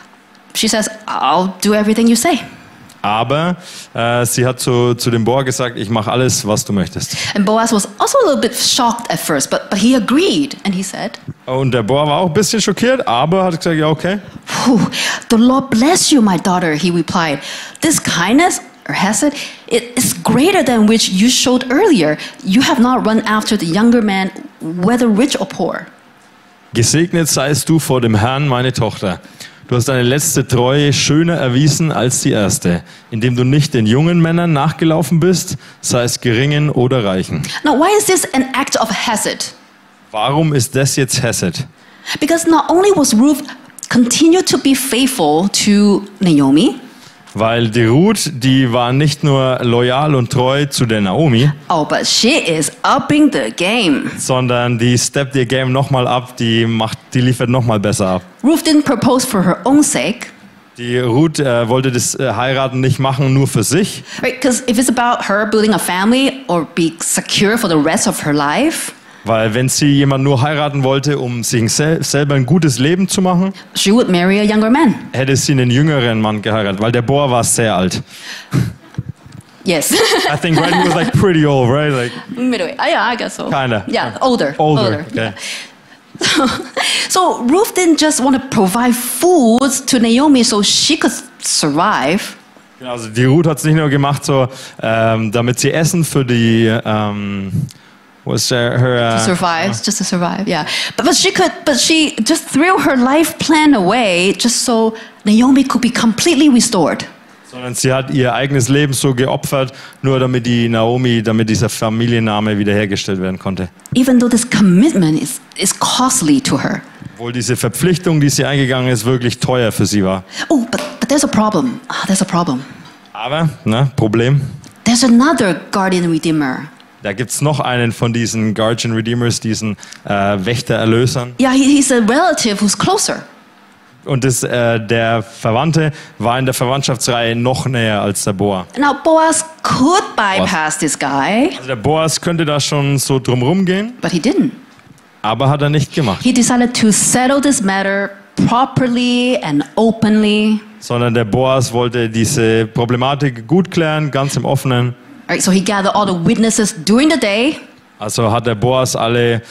she says, I'll do everything you say. Aber äh, sie hat zu, zu dem Boas gesagt, ich mache alles, was du möchtest. And Boaz was also a little bit shocked at first, but, but he agreed. And he said, Und der Boas war auch ein bisschen schockiert, aber hat gesagt, ja, okay. Phew, the Lord bless you, my daughter, he replied. This kindness, or hesed, it is greater than which you showed earlier. You have not run after the younger man, whether rich or poor. Gesegnet seist du vor dem Herrn, meine Tochter. Du hast deine letzte Treue schöner erwiesen als die erste, indem du nicht den jungen Männern nachgelaufen bist, sei es geringen oder reichen. Now, why is this an act of hesed? Warum ist das jetzt Hesed? Because not only was Ruth continued to be faithful to Naomi, Weil die Ruth, die war nicht nur loyal und treu zu der Naomi, oh, but she is upping the game. sondern die steppt ihr Game nochmal ab, die, macht, die liefert nochmal besser ab. Ruth didn't propose for her own sake, Die Ruth äh, wollte das äh, Heiraten nicht machen nur für sich, right? Because if it's about her building a family or be secure for the rest of her life, weil wenn sie jemanden nur heiraten wollte, um sich sel selber ein gutes Leben zu machen, she would marry a younger man. hätte sie einen jüngeren Mann geheiratet, weil der Boas war sehr alt. Yes. I think right, he was like pretty old, right? Like Midway. Oh, yeah, I guess so. Kinda. Yeah, older. older. Okay. So Ruth didn't just want to provide food to Naomi so she could survive. Also die Ruth hat es nicht nur gemacht, so ähm, damit sie Essen für die ähm, was her, her uh, To survive, uh, just to survive, yeah. But, but she could, but she just threw her life plan away just so Naomi could be completely restored. Sondern sie hat ihr eigenes Leben so geopfert, nur damit die Naomi, damit dieser Familienname wiederhergestellt werden konnte. Even though this commitment is, is costly to her. Obwohl diese Verpflichtung, die sie eingegangen ist, wirklich teuer für sie war. Oh, but, but there's a problem. Ah, there's a problem. Aber, ne, Problem. There's another guardian redeemer. Da gibt es noch einen von diesen Guardian Redeemers, diesen äh, Wächtererlösern. Yeah, he, he's a relative who's closer. Und das, äh, der Verwandte war in der Verwandtschaftsreihe noch näher als der Boas. Now Boaz could bypass this guy, Also der Boas könnte da schon so drumherum gehen, but he didn't. aber hat er nicht gemacht. He decided to settle this matter properly and openly. Sondern der Boas wollte diese Problematik gut klären, ganz im Offenen. All right, so he gathered all the witnesses during the day. Also hat der Boas alle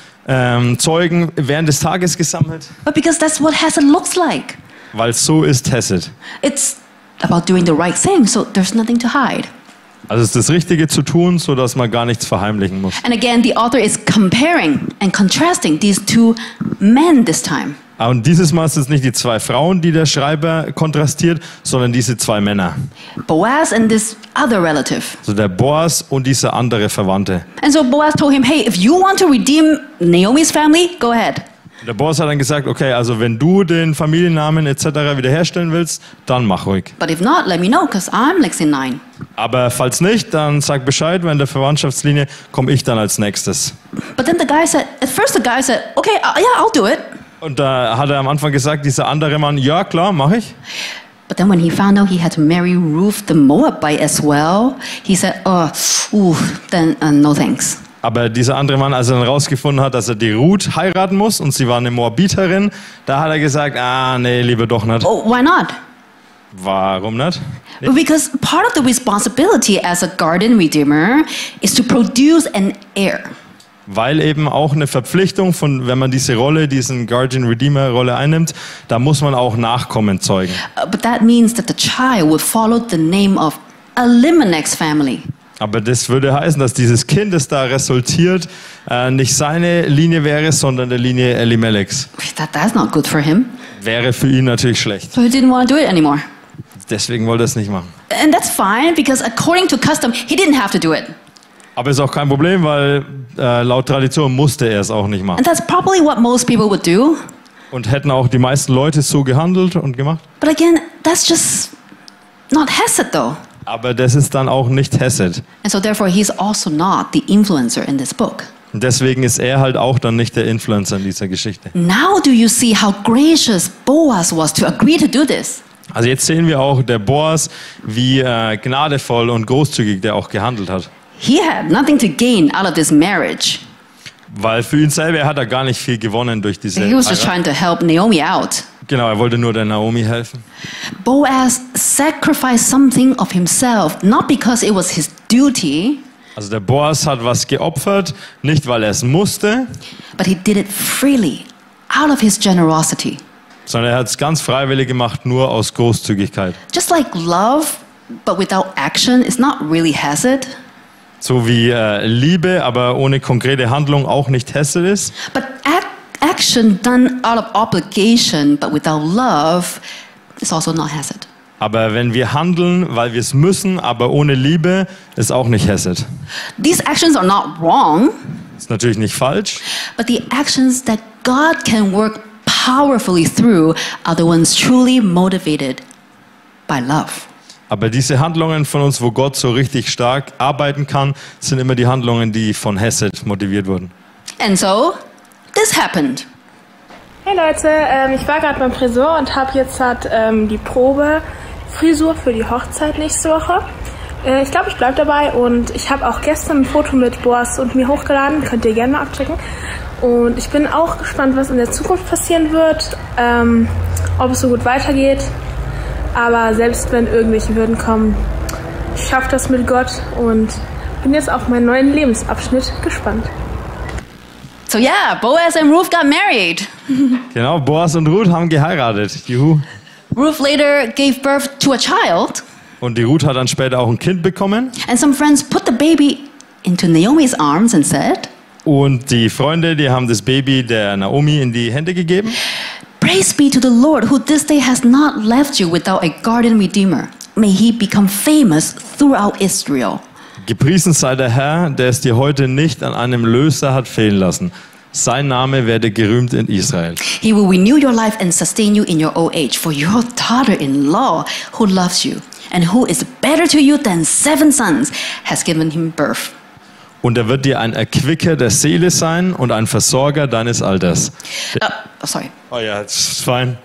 ähm, Zeugen während des Tages gesammelt, But because that's what Hesed looks like. weil so ist Hesed. It's about doing the right thing, so there's nothing to hide. Also es ist das Richtige zu tun, so dass man gar nichts verheimlichen muss. And again, the author is comparing and contrasting these two men this time. Und dieses Mal sind es nicht die zwei Frauen, die der Schreiber kontrastiert, sondern diese zwei Männer. Boaz and this other relative. Also der Boas und dieser andere Verwandte. And so Boaz told him, hey, if you want to redeem Naomi's family, go ahead. Der Boas hat dann gesagt, okay, also wenn du den Familiennamen et cetera wiederherstellen willst, dann mach ruhig. But if not, let me know, because I'm next in line. Aber falls nicht, dann sag Bescheid, weil in der Verwandtschaftslinie komme ich dann als nächstes. But then the guy said, at first the guy said, okay, uh, yeah, I'll do it. Und da hat er am Anfang gesagt, dieser andere Mann, ja klar, mache ich. But then when he found out he had to marry Ruth the Moabite as well, he said, oh, ooh, then uh, no thanks. Aber dieser andere Mann, als er dann rausgefunden hat, dass er die Ruth heiraten muss und sie war eine Moabiterin, da hat er gesagt, ah nee, lieber doch nicht. Oh, why not? Warum nicht? Nee. Because part of the responsibility as a garden redeemer is to produce an heir. Weil eben auch eine Verpflichtung von, wenn man diese Rolle, diesen Guardian Redeemer Rolle einnimmt, da muss man auch Nachkommen zeugen. Uh, but that means that the child would follow the name of Elimelech's family. Aber das würde heißen, dass dieses Kind, das da resultiert, äh, nicht seine Linie wäre, sondern der Linie Elimelechs. That, that's not good for him. Wäre für ihn natürlich schlecht. So he didn't want to do it anymore. Deswegen wollte er es nicht machen. And that's fine, because according to custom, he didn't have to do it. Aber ist auch kein Problem, weil äh, laut Tradition musste er es auch nicht machen. And that's probably what most people would do. Und hätten auch die meisten Leute so gehandelt und gemacht. But again, that's just not Hesed though. Aber das ist dann auch nicht Hesed. And so therefore he's also not the influencer in this book. Und deswegen ist er halt auch dann nicht der Influencer in dieser Geschichte. Now do you see how gracious Boaz was to agree to do this? Also jetzt sehen wir auch der Boas, wie äh, gnadevoll und großzügig der auch gehandelt hat. He had nothing to gain out of this marriage. Weil für ihn selber hat er gar nicht viel gewonnen durch diese He was just Heirat. trying to help Naomi out. Genau, er wollte nur der Naomi helfen. Boaz sacrificed something of himself, not because it was his duty, Also der Boas hat was geopfert, nicht weil er es musste, but he did it freely, out of his generosity. sondern er hat es ganz freiwillig gemacht, nur aus Großzügigkeit. Just like love, but without action, is not really Hesed. So wie äh, Liebe, aber ohne konkrete Handlung auch nicht Hesed ist. But ac- action done out of obligation, but without love, is also not Hesed. Aber wenn wir handeln, weil wir es müssen, aber ohne Liebe, ist auch nicht Hesed. These actions are not wrong, Ist natürlich nicht falsch, but the actions that God can work powerfully through are the ones truly motivated by love. aber diese Handlungen von uns, wo Gott so richtig stark arbeiten kann, sind immer die Handlungen, die von Hesed motiviert wurden. And so, this happened. Hey Leute, ähm, ich war gerade beim Friseur und habe jetzt halt, ähm, die Probe Frisur für die Hochzeit nächste Woche. Äh, ich glaube, ich bleibe dabei und ich habe auch gestern ein Foto mit Boas und mir hochgeladen. Könnt ihr gerne mal abchecken. Und ich bin auch gespannt, was in der Zukunft passieren wird, ähm, ob es so gut weitergeht. Aber selbst wenn irgendwelche Hürden kommen, ich schaffe das mit Gott und bin jetzt auf meinen neuen Lebensabschnitt gespannt. So yeah, Boaz and Ruth got married. Genau, Boas und Ruth haben geheiratet. Juhu. Ruth later gave birth to a child, Und die Ruth hat dann später auch ein Kind bekommen. and some friends put the baby into Naomi's arms and said, Und die Freunde, die haben das Baby der Naomi in die Hände gegeben. "Praise be to the Lord, who this day has not left you without a guardian redeemer. May he become famous throughout Israel." Gepriesen sei der Herr, der es dir heute nicht an einem Löser hat fehlen lassen. Sein Name werde gerühmt in Israel. He will renew your life and sustain you in your old age, for your daughter-in-law, who loves you and who is better to you than seven sons, has given him birth. Und er wird dir ein Erquicker der Seele sein und ein Versorger deines Alters. Uh, oh, sorry. Oh ja, das ist fein.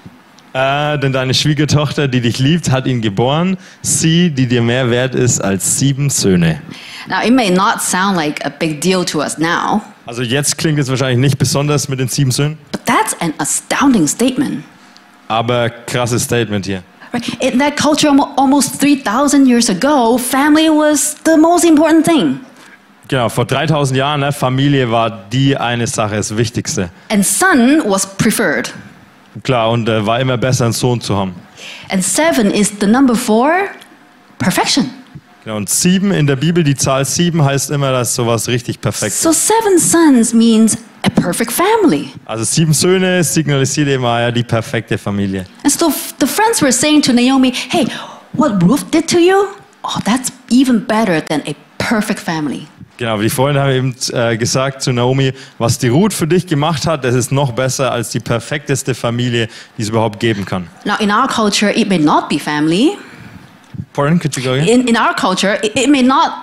Äh, denn deine Schwiegertochter, die dich liebt, hat ihn geboren. Sie, die dir mehr wert ist als sieben Söhne. Now, it may not sound like a big deal to us now, Also jetzt klingt es wahrscheinlich nicht besonders mit den sieben Söhnen, but that's an astounding statement. aber krasses Statement hier. Right? In that culture almo- almost three thousand years ago, family was the most important thing. Genau, vor dreitausend Jahren, ne, Familie war die eine Sache, das Wichtigste. And son was preferred. Klar, und äh, war immer besser, einen Sohn zu haben. And seven is the number for perfection. Genau, und sieben in der Bibel, die Zahl sieben heißt immer, dass sowas richtig perfekt ist. So seven sons means a perfect family. Also sieben Söhne signalisiert immer ja die perfekte Familie. And so f- the friends were saying to Naomi, "Hey, what Ruth did to you? Oh, that's even better than a perfect family." Genau, die Freunde haben eben äh, gesagt zu Naomi, was die Ruth für dich gemacht hat, das ist noch besser als die perfekteste Familie, die es überhaupt geben kann. Now, in our culture, it may not be family. Pardon, could you go again? In, in our culture, it, it may not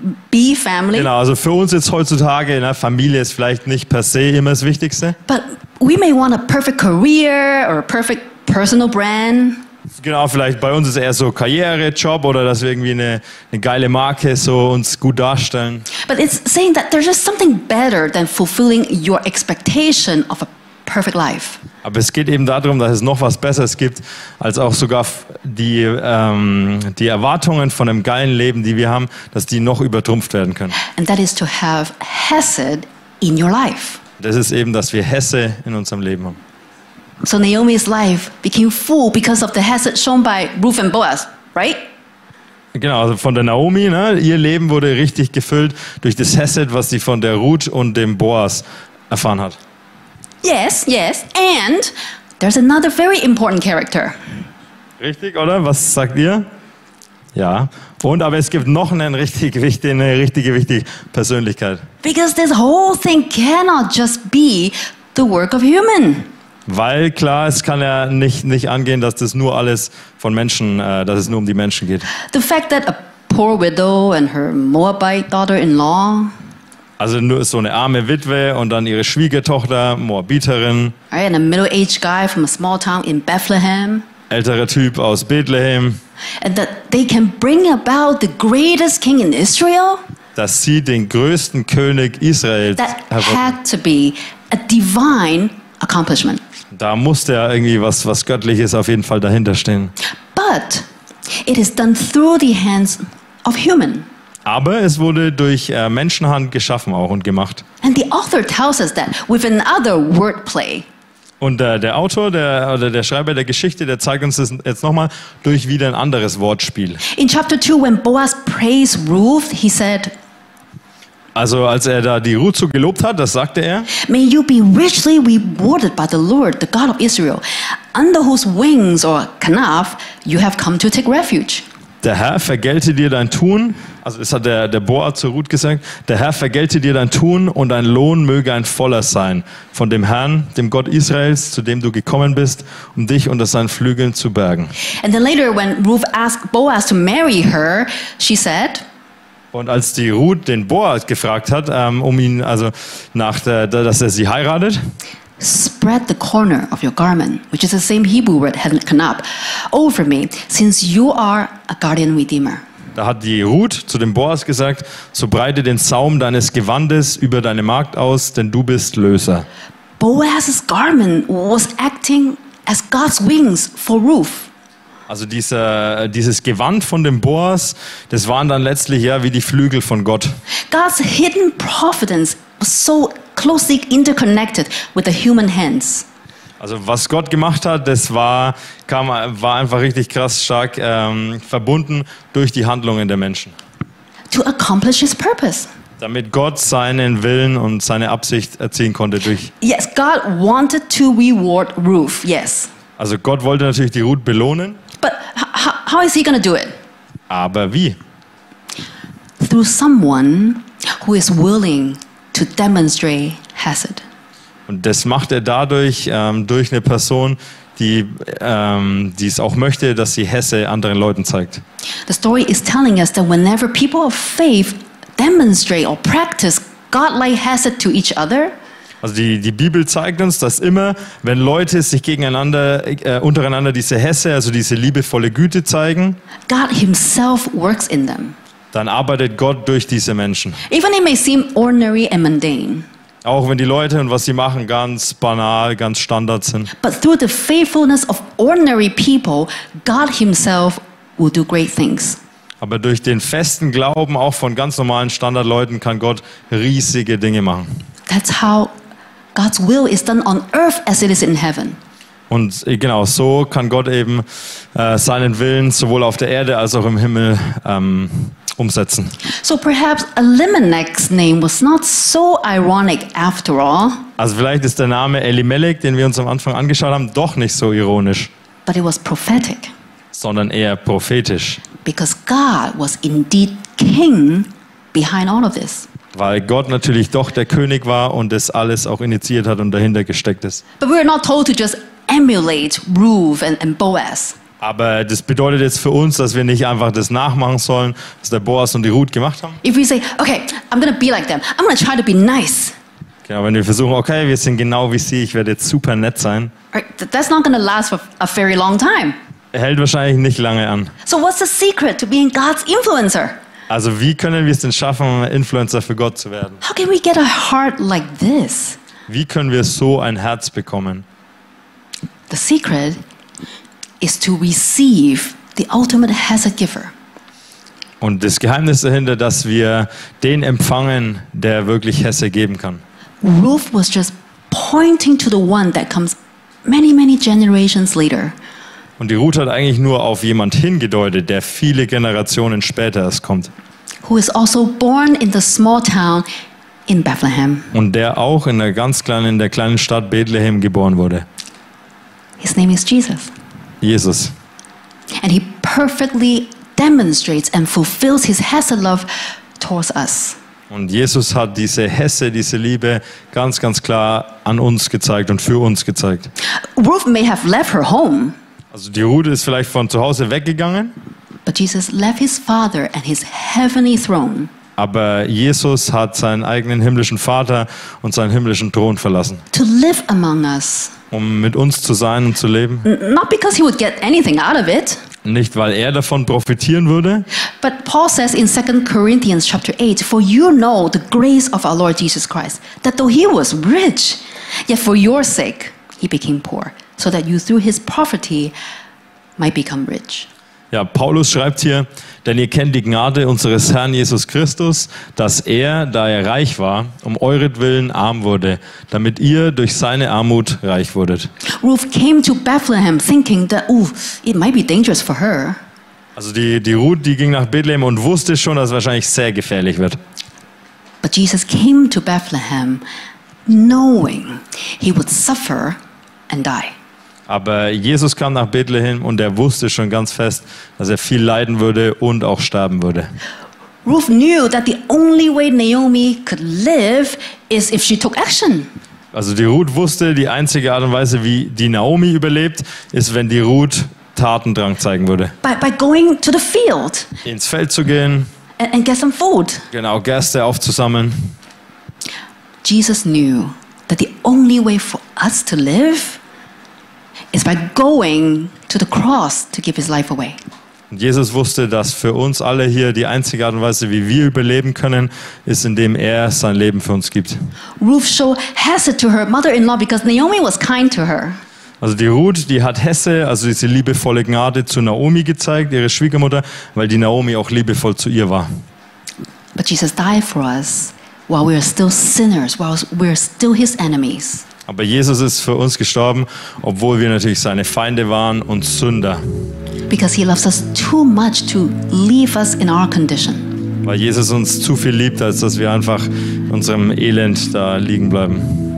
be family, Genau, also für uns jetzt heutzutage, ne, Familie ist vielleicht nicht per se immer das Wichtigste. but we may want a perfect career or a perfect personal brand. Genau, vielleicht bei uns ist eher so Karriere, Job oder dass wir irgendwie eine, eine geile Marke so uns gut darstellen. But it's saying that there's just something better than fulfilling your expectation of a perfect life. Aber es geht eben darum, dass es noch was Besseres gibt, als auch sogar die, ähm, die Erwartungen von einem geilen Leben, die wir haben, dass die noch übertrumpft werden können. And that is to have hesed in your life. Das ist eben, dass wir Hesse in unserem Leben haben. So Naomi's life became full because of the hesed shown by Ruth and Boaz, right? Genau, also von der Naomi, ne, ihr Leben wurde richtig gefüllt durch das Hesed, was sie von der Ruth und dem Boas erfahren hat. Yes, yes. And there's another very important character. Richtig, oder? Was sagt ihr? Ja. Und aber es gibt noch eine richtig wichtige, eine richtige, wichtige Persönlichkeit. Because this whole thing cannot just be the work of human. Weil klar, es kann ja nicht, nicht angehen, dass das nur alles von Menschen, äh, dass es nur um die Menschen geht. The fact that a poor widow and her Moabite daughter-in-law, Also nur so eine arme Witwe und dann ihre Schwiegertochter, Moabiterin, right, and a middle-aged guy from a small town in Bethlehem, älterer Typ aus Bethlehem, and that they can bring about the greatest king in Israel, dass sie den größten König Israels that hervor... had to be a divine accomplishment. Da musste ja irgendwie was, was Göttliches auf jeden Fall dahinter stehen. But it is done through the hands of human. Aber es wurde durch äh, Menschenhand geschaffen auch und gemacht. And the author tells us that with another wordplay. Und äh, der Autor, der, oder der Schreiber der Geschichte, der zeigt uns das jetzt nochmal durch wieder ein anderes Wortspiel. In chapter two, when Boaz praised Ruth, he said, Also als er da die Ruth so gelobt hat, das sagte er, "May you be richly rewarded by the Lord, the God of Israel, under whose wings or kanaf you have come to take refuge." der Herr vergelte dir dein Tun, also das hat der, der Boaz zur Ruth gesagt, der Herr vergelte dir dein Tun und dein Lohn möge ein voller sein von dem Herrn, dem Gott Israels, zu dem du gekommen bist, um dich unter seinen Flügeln zu bergen. And then later, when Ruth asked Boaz to marry her, she said, Und als die Ruth den Boaz gefragt hat, ähm, um ihn, also nach der, dass er sie heiratet, "Spread the corner of your garment," which is the same Hebrew word kanaf, "over me, since you are a guardian redeemer." da hat die Ruth zu dem Boaz gesagt, so breite den Saum deines Gewandes über deine Magd aus, denn du bist Löser. Boaz's garment was acting as God's wings for Ruth. Also dieser, dieses Gewand von dem Boas, das waren dann letztlich ja wie die Flügel von Gott. God's hidden providence was so closely interconnected with the human hands. Also was Gott gemacht hat, das war, kam, war einfach richtig krass stark ähm, verbunden durch die Handlungen der Menschen. To accomplish his purpose. Damit Gott seinen Willen und seine Absicht erzielen konnte durch. Yes, God wanted to reward Ruth, yes. Also Gott wollte natürlich die Ruth belohnen. But h- how is he going to do it? Aber wie? Through someone who is willing to demonstrate hesed. Und das macht er dadurch, ähm, durch eine Person, die, ähm, die es auch möchte, dass sie Hesse anderen Leuten zeigt. The story is telling us that whenever people of faith demonstrate or practice godlike hesed to each other, Also die, die Bibel zeigt uns, dass immer, wenn Leute sich gegeneinander, äh, untereinander diese Hesse, also diese liebevolle Güte zeigen, God himself works in them. dann arbeitet Gott durch diese Menschen. Even it may seem ordinary and mundane, Auch wenn die Leute und was sie machen ganz banal, ganz Standard sind. but through the faithfulness of ordinary people, God himself will do great things. Aber durch den festen Glauben auch von ganz normalen Standardleuten kann Gott riesige Dinge machen. That's how God's will is done on earth as it is in heaven. Und äh, genau, so kann Gott eben äh, seinen Willen sowohl auf der Erde als auch im Himmel ähm, umsetzen. So perhaps Elimelech's name was not so ironic after all, Also vielleicht ist der Name Elimelech, den wir uns am Anfang angeschaut haben, doch nicht so ironisch, but it was prophetic, sondern eher prophetisch. because God was indeed king behind all of this. Weil Gott natürlich doch der König war und das alles auch initiiert hat und dahinter gesteckt ist. But we're not told to just emulate Ruth and, and Boaz. Aber das bedeutet jetzt für uns, dass wir nicht einfach das nachmachen sollen, was der Boas und die Ruth gemacht haben. If we say, okay, I'm going to be like them, I'm going to try to be nice, Genau, wenn wir versuchen, okay, wir sind genau wie sie, ich werde jetzt super nett sein, right, th- that's not going to last for a very long time. hält wahrscheinlich nicht lange an. So what's the secret to being God's influencer? Also wie können wir es denn schaffen, Influencer für Gott zu werden? How can we get a heart like this? Wie können wir so ein Herz bekommen? The secret is to receive the ultimate hesed giver. Und das Geheimnis dahinter, dass wir den empfangen, der wirklich Hesse geben kann. Ruth was just pointing to the one that comes many, many generations later. Und die Ruth hat eigentlich nur auf jemand hingedeutet, der viele Generationen später erst kommt. Who is also born in the small town in Bethlehem. Und der auch in der ganz kleinen, in der kleinen Stadt Bethlehem geboren wurde. His name is Jesus. Jesus. And he perfectly demonstrates and fulfills his hesed love towards us. Und Jesus hat diese Hesse, diese Liebe ganz, ganz klar an uns gezeigt und für uns gezeigt. Ruth may have left her home, Also die Ruth ist vielleicht von zu Hause weggegangen, but Jesus left his father and his heavenly throne aber Jesus hat seinen eigenen himmlischen Vater und seinen himmlischen Thron verlassen, to live among us. um mit uns zu sein und zu leben. N- Not because he would get anything out of it, Nicht, weil er davon profitieren würde, but Paul says in Second Corinthians chapter eight, for you know the grace of our Lord Jesus Christ, that though he was rich, yet for your sake he became poor, so that you through his poverty might become rich. ja, Paulus schreibt hier, denn ihr kennt die Gnade unseres Herrn Jesus Christus, dass er, da er reich war, um euretwillen arm wurde, damit ihr durch seine Armut reich wurdet. Ruth came to Bethlehem thinking that, ooh, it might be dangerous for her. Also die, die Ruth, die ging nach Bethlehem und wusste schon, dass es wahrscheinlich sehr gefährlich wird. But Jesus came to Bethlehem knowing he would suffer and die. Aber Jesus kam nach Bethlehem und er wusste schon ganz fest, dass er viel leiden würde und auch sterben würde. Ruth knew that the only way Naomi could live is if she took action. Also die Ruth wusste, die einzige Art und Weise, wie die Naomi überlebt, ist, wenn die Ruth Tatendrang zeigen würde. By, by going to the field Ins Feld zu gehen, and, and get some food. genau, Gerste aufzusammeln. Jesus knew that the only way for us to live is by going to the cross to give his life away. Und Jesus wusste, dass für uns alle hier die einzige Art und Weise, wie wir überleben können, ist, indem er sein Leben für uns gibt. Ruth showed hesed to her mother-in-law because Naomi was kind to her. Also die Ruth, die hat Hesse, also diese liebevolle Gnade zu Naomi gezeigt, ihre Schwiegermutter, weil die Naomi auch liebevoll zu ihr war. But Jesus died for us while we are still sinners, while we are still his enemies. Aber Jesus ist für uns gestorben, obwohl wir natürlich seine Feinde waren und Sünder. Because he loves us too much to leave us in our condition. Weil Jesus uns zu viel liebt, als dass wir einfach in unserem Elend da liegen bleiben.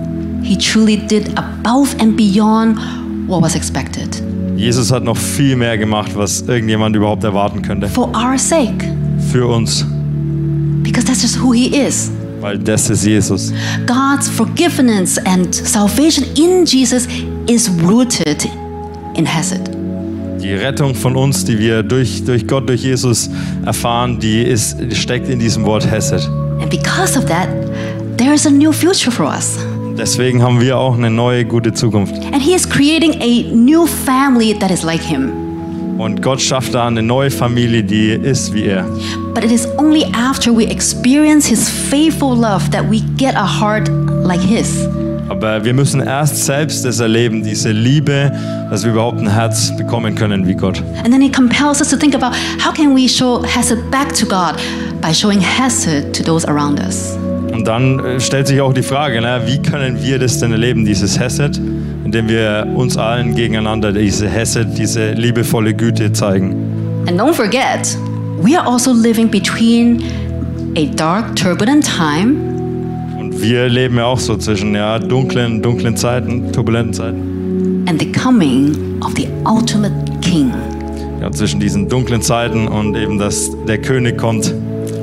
He truly did above and beyond what was expected. Jesus hat noch viel mehr gemacht, was irgendjemand überhaupt erwarten könnte. For our sake. Für uns. Because that's just who he is. Weil das ist Jesus. God's forgiveness and salvation in Jesus is rooted in Hesed. Die Rettung von uns, die wir durch, durch Gott, durch Jesus erfahren, die, ist, die steckt in diesem Wort Hesed. And because of that, there is a new future for us. Deswegen haben wir auch eine neue, gute Zukunft. And he is creating a new family that is like him. Und Gott schafft da eine neue Familie, die ist wie er. But it is only after we experience his faithful love that we get a heart like his. Aber wir müssen erst selbst das erleben, diese Liebe, dass wir überhaupt ein Herz bekommen können wie Gott. And then it compels us to think about how can we show Hesed back to God by showing Hesed to those around us. Und dann stellt sich auch die Frage, ne, wie können wir das denn erleben, dieses Hesed, indem wir uns allen gegeneinander diese Hesed, diese liebevolle Güte zeigen. And don't forget, we are also living between a dark, turbulent time. Und wir leben ja auch so zwischen ja, dunklen, dunklen Zeiten, turbulenten Zeiten. And the coming of the ultimate king. Ja, zwischen diesen dunklen Zeiten und eben, dass der König kommt.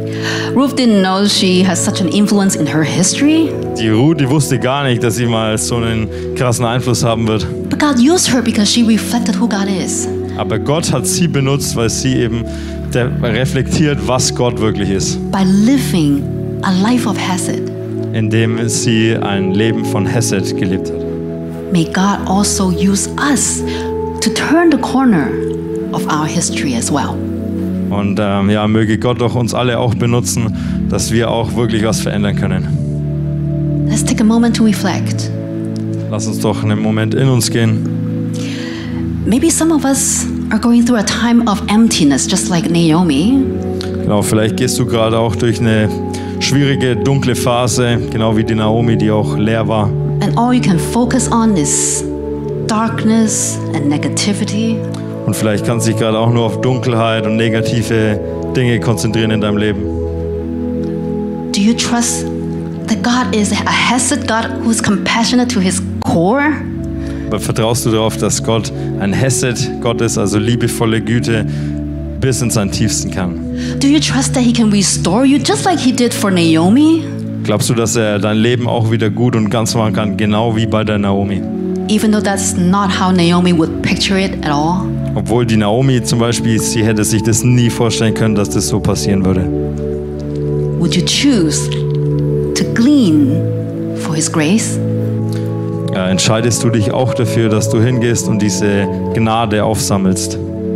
Ruth didn't know she has such an influence in her history. Die Ruth, die wusste gar nicht, dass sie mal so einen krassen Einfluss haben wird. But God used her because she reflected who God is. Aber Gott hat sie benutzt, weil sie eben der reflektiert, was Gott wirklich ist. By living a life of Hesed. Indem sie ein Leben von Hesed gelebt hat. May God also use us to turn the corner of our history as well. Und ähm, ja, möge Gott doch uns alle auch benutzen, dass wir auch wirklich was verändern können. Let's take a moment to reflect. Lass uns doch einen Moment in uns gehen. Maybe some of us are going through a time of emptiness, just like Naomi. Genau, vielleicht gehst du gerade auch durch eine schwierige, dunkle Phase, genau wie die Naomi, die auch leer war. And all you can focus on is darkness and negativity. Und vielleicht kannst du dich gerade auch nur auf Dunkelheit und negative Dinge konzentrieren in deinem Leben. Do you trust that God is a Hesed God who is compassionate to his core? Aber vertraust du darauf, dass Gott ein Hesed Gott ist, also liebevolle Güte bis in seinen Tiefsten kann? Do you trust that he can restore you just like he did for Naomi? Glaubst du, dass er dein Leben auch wieder gut und ganz machen kann, genau wie bei der Naomi? Even though that's not how Naomi would picture it at all? Obwohl die Naomi zum Beispiel, sie hätte sich das nie vorstellen können, dass das so passieren würde. Would you choose to glean for his grace? Ja, entscheidest du dich auch dafür, dass du hingehst und diese Gnade aufsammelst?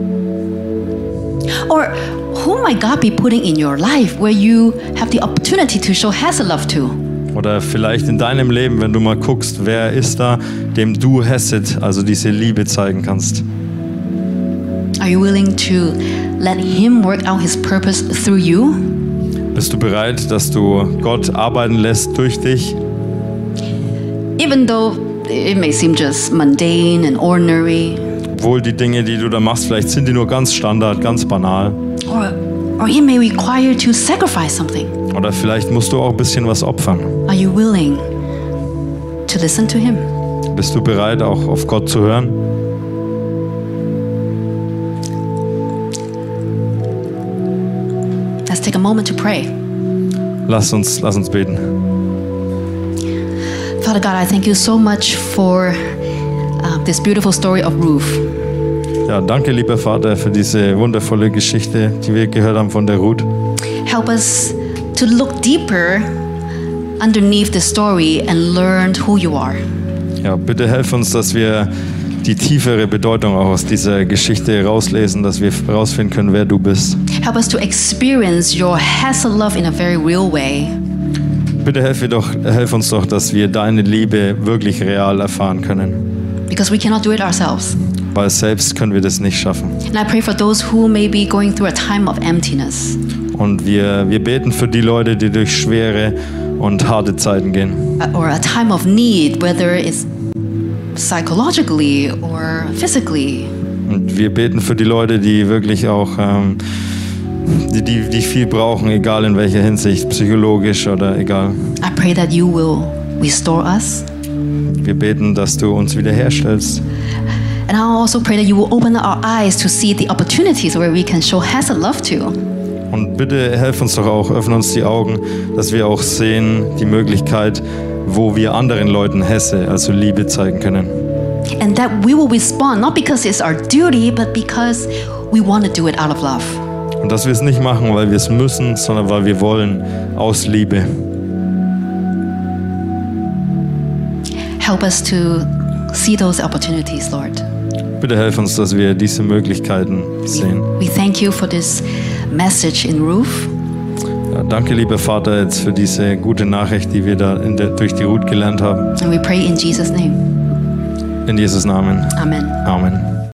Or who might God be putting in your life where you have the opportunity to show Hesed love to? Oder vielleicht in deinem Leben, wenn du mal guckst, wer ist da, dem du Hesed, also diese Liebe zeigen kannst? Are you willing to let him work out his purpose through you? Bist du bereit, dass du Gott arbeiten lässt durch dich? Even though it may seem just mundane and ordinary. Obwohl die Dinge, die du da machst, vielleicht sind die nur ganz Standard, ganz banal. Or, or it may require you to sacrifice something. Oder vielleicht musst du auch ein bisschen was opfern. Are you willing to listen to him? Bist du bereit, auch auf Gott zu hören? Let's take a moment to pray. Lass uns, lass uns beten. Father God, I thank you so much for uh, this beautiful story of Ruth. Ja, danke, lieber Vater, für diese wundervolle Geschichte, die wir gehört haben von der Ruth. Help us to look deeper underneath the story and learn who you are. Ja, bitte helf uns, dass wir die tiefere Bedeutung auch aus dieser Geschichte rauslesen, dass wir herausfinden können, wer du bist. Help us to experience your Hesed love in a very real way. Bitte helf, doch, helf uns doch, dass wir deine Liebe wirklich real erfahren können. because we cannot do it ourselves. weil selbst können wir das nicht schaffen. And I pray for those who may be going through a time of emptiness. Und wir, wir beten für die Leute, die durch schwere und harte Zeiten gehen. Or a time of need, whether it's psychologically or physically. Und wir beten für die Leute, die wirklich auch ähm, die, die, die viel brauchen, egal in welcher Hinsicht, psychologisch oder egal. I pray that you will restore us. Wir beten, dass du uns wiederherstellst. And I also pray that you will open our eyes to see the opportunities where we can show Hesed love to. Und bitte helf uns doch auch, öffne uns die Augen, dass wir auch sehen die Möglichkeit, wo wir anderen Leuten Hesse, also Liebe zeigen können. And that we will respond, not because it's our duty, but because we want to do it out of love. Und dass wir es nicht machen, weil wir es müssen, sondern weil wir wollen, aus Liebe. Help us to see those opportunities, Lord. Bitte helf uns, dass wir diese Möglichkeiten sehen. We thank you for this message in Ruth. Ja, danke, lieber Vater, jetzt für diese gute Nachricht, die wir da in der, durch die Ruth gelernt haben. And we pray in Jesus' name. In Jesus' Namen. Amen. Amen.